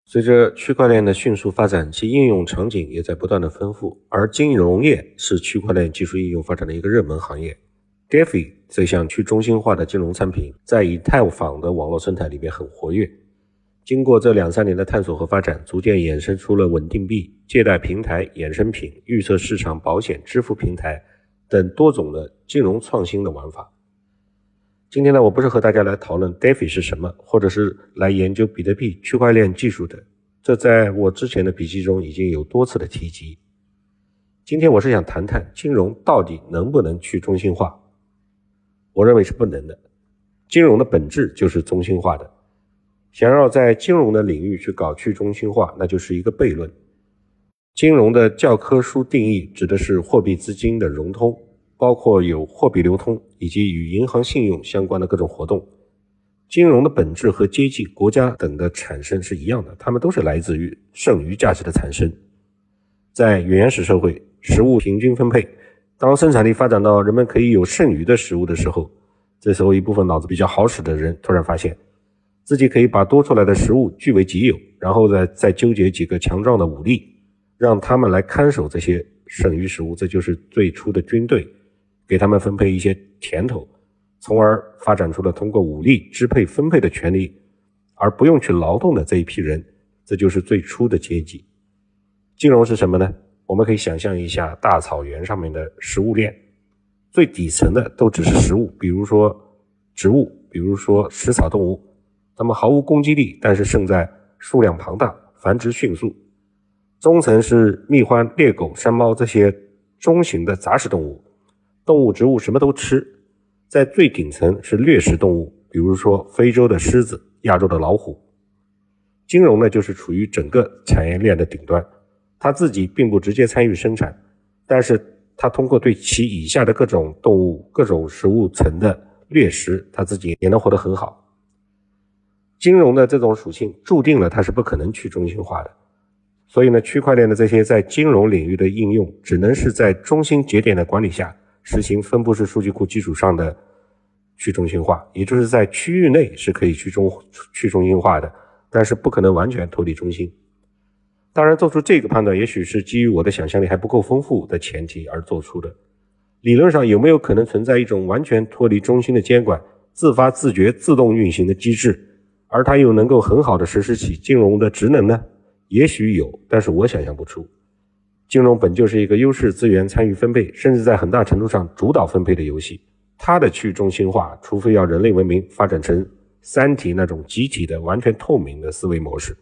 随着区块链的迅速发展，其应用场景也在不断的丰富，而金融业是区块链技术应用发展的一个热门行业。DeFi 这项去中心化的金融产品在以太坊的网络生态里面很活跃。经过这2-3年的探索和发展，逐渐衍生出了稳定币、借贷平台、衍生品、预测市场、保险、支付平台等多种的金融创新的玩法。今天呢，我不是和大家来讨论 DeFi 是什么，或者是来研究比特币区块链技术的，这在我之前的笔记中已经有多次的提及。今天我是想谈谈金融到底能不能去中心化。我认为是不能的。金融的本质就是中心化的，想要在金融的领域去搞去中心化，那就是一个悖论。金融的教科书定义指的是货币资金的融通，包括有货币流通以及与银行信用相关的各种活动。金融的本质和阶级、国家等的产生是一样的，它们都是来自于剩余价值的产生。在原始社会，食物平均分配，当生产力发展到人们可以有剩余的食物的时候，这时候一部分脑子比较好使的人突然发现自己可以把多出来的食物据为己有，然后再纠结几个强壮的武力，让他们来看守这些剩余食物，这就是最初的军队，给他们分配一些甜头，从而发展出了通过武力支配分配的权利，而不用去劳动的这一批人，这就是最初的阶级。金融是什么呢？我们可以想象一下大草原上面的食物链，最底层的都只是食物，比如说植物，比如说食草动物，它们毫无攻击力，但是胜在数量庞大，繁殖迅速。中层是蜜獾、猎狗、山猫这些中型的杂食动物，动物植物什么都吃。在最顶层是掠食动物，比如说非洲的狮子、亚洲的老虎。金融呢，就是处于整个产业链的顶端，它自己并不直接参与生产，但是它通过对其以下的各种动物、各种食物层的掠食，它自己也能活得很好。金融的这种属性注定了它是不可能去中心化的，所以呢，区块链的这些在金融领域的应用，只能是在中心节点的管理下实行分布式数据库基础上的去中心化，也就是在区域内是可以去中心化的，但是不可能完全脱离中心。当然做出这个判断也许是基于我的想象力还不够丰富的前提而做出的。理论上有没有可能存在一种完全脱离中心的监管、自发自觉自动运行的机制，而它又能够很好的实施起金融的职能呢？也许有，但是我想象不出。金融本就是一个优势资源参与分配，甚至在很大程度上主导分配的游戏，它的去中心化除非要人类文明发展成三体那种集体的完全透明的思维模式。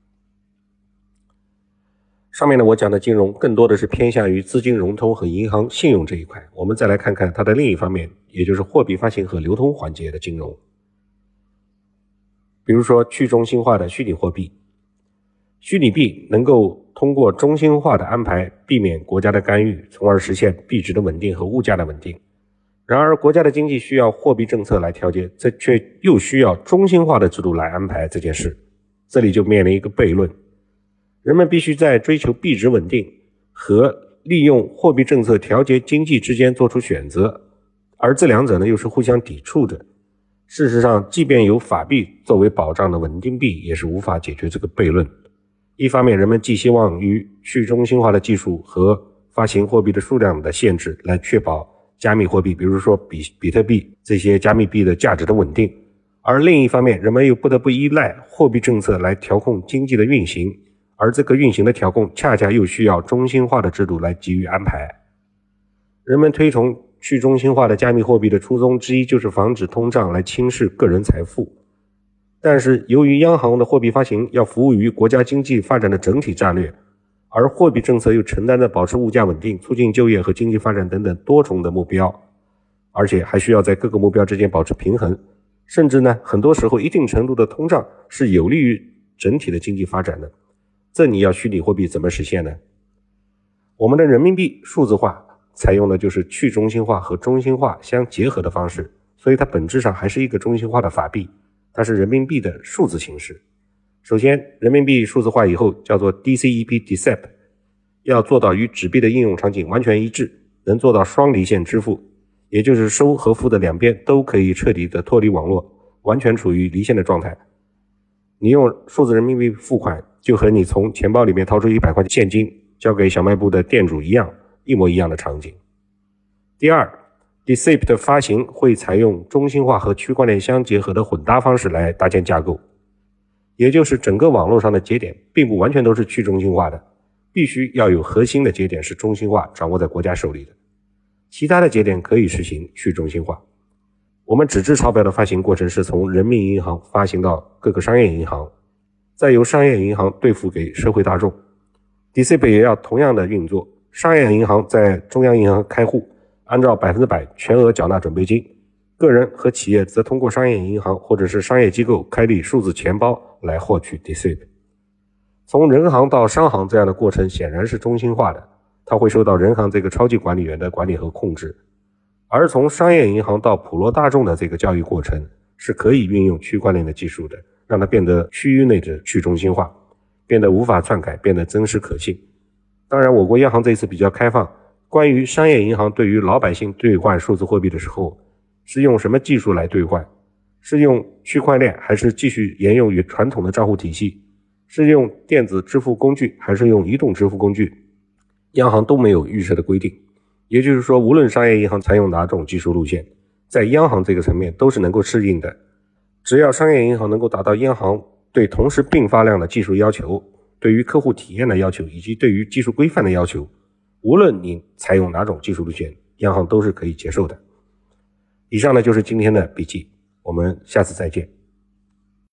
上面呢，我讲的金融更多的是偏向于资金融通和银行信用这一块，我们再来看看它的另一方面，也就是货币发行和流通环节的金融。比如说去中心化的虚拟货币，虚拟币能够通过中心化的安排避免国家的干预，从而实现币值的稳定和物价的稳定。然而国家的经济需要货币政策来调节，这却又需要中心化的制度来安排这件事，这里就面临一个悖论。人们必须在追求币值稳定和利用货币政策调节经济之间做出选择，而这两者呢又是互相抵触的。事实上，即便有法币作为保障的稳定币，也是无法解决这个悖论。一方面，人们寄希望于去中心化的技术和发行货币的数量的限制来确保加密货币，比如说比特币这些加密币的价值的稳定，而另一方面，人们又不得不依赖货币政策来调控经济的运行，而这个运行的调控恰恰又需要中心化的制度来给予安排。人们推崇去中心化的加密货币的初衷之一就是防止通胀来侵蚀个人财富，但是由于央行的货币发行要服务于国家经济发展的整体战略，而货币政策又承担着保持物价稳定、促进就业和经济发展等等多重的目标，而且还需要在各个目标之间保持平衡，甚至呢，很多时候一定程度的通胀是有利于整体的经济发展的。这你要虚拟货币怎么实现呢？我们的人民币数字化采用的就是去中心化和中心化相结合的方式，所以它本质上还是一个中心化的法币，它是人民币的数字形式。首先，人民币数字化以后叫做 DCEP， 要做到与纸币的应用场景完全一致，能做到双离线支付，也就是收和付的两边都可以彻底的脱离网络，完全处于离线的状态。你用数字人民币付款， 就和你从钱包里面掏出100块现金交给小卖部的店主一模一样的场景。第二， DeCip 的发行会采用中心化和区块链相结合的混搭方式来搭建架构，也就是整个网络上的节点并不完全都是去中心化的，必须要有核心的节点是中心化，掌握在国家手里的，其他的节点可以实行去中心化。我们纸质钞票的发行过程是从人民银行发行到各个商业银行，再由商业银行兑付给社会大众。 DeCip 也要同样的运作，商业银行在中央银行开户，按照100%全额缴纳准备金，个人和企业则通过商业银行或者是商业机构开立数字钱包来获取 DeCip。 从人行到商行这样的过程显然是中心化的，它会受到人行这个超级管理员的管理和控制，而从商业银行到普罗大众的这个交易过程是可以运用区块链的技术的，让它变得区域内的去中心化，变得无法篡改，变得真实可信。当然我国央行这次比较开放，关于商业银行对于老百姓兑换数字货币的时候是用什么技术来兑换，是用区块链还是继续沿用于传统的账户体系，是用电子支付工具还是用移动支付工具，央行都没有预设的规定。也就是说，无论商业银行采用哪种技术路线，在央行这个层面都是能够适应的。只要商业银行能够达到央行对同时并发量的技术要求，对于客户体验的要求，以及对于技术规范的要求，无论你采用哪种技术路线，央行都是可以接受的。以上呢就是今天的笔记，我们下次再见。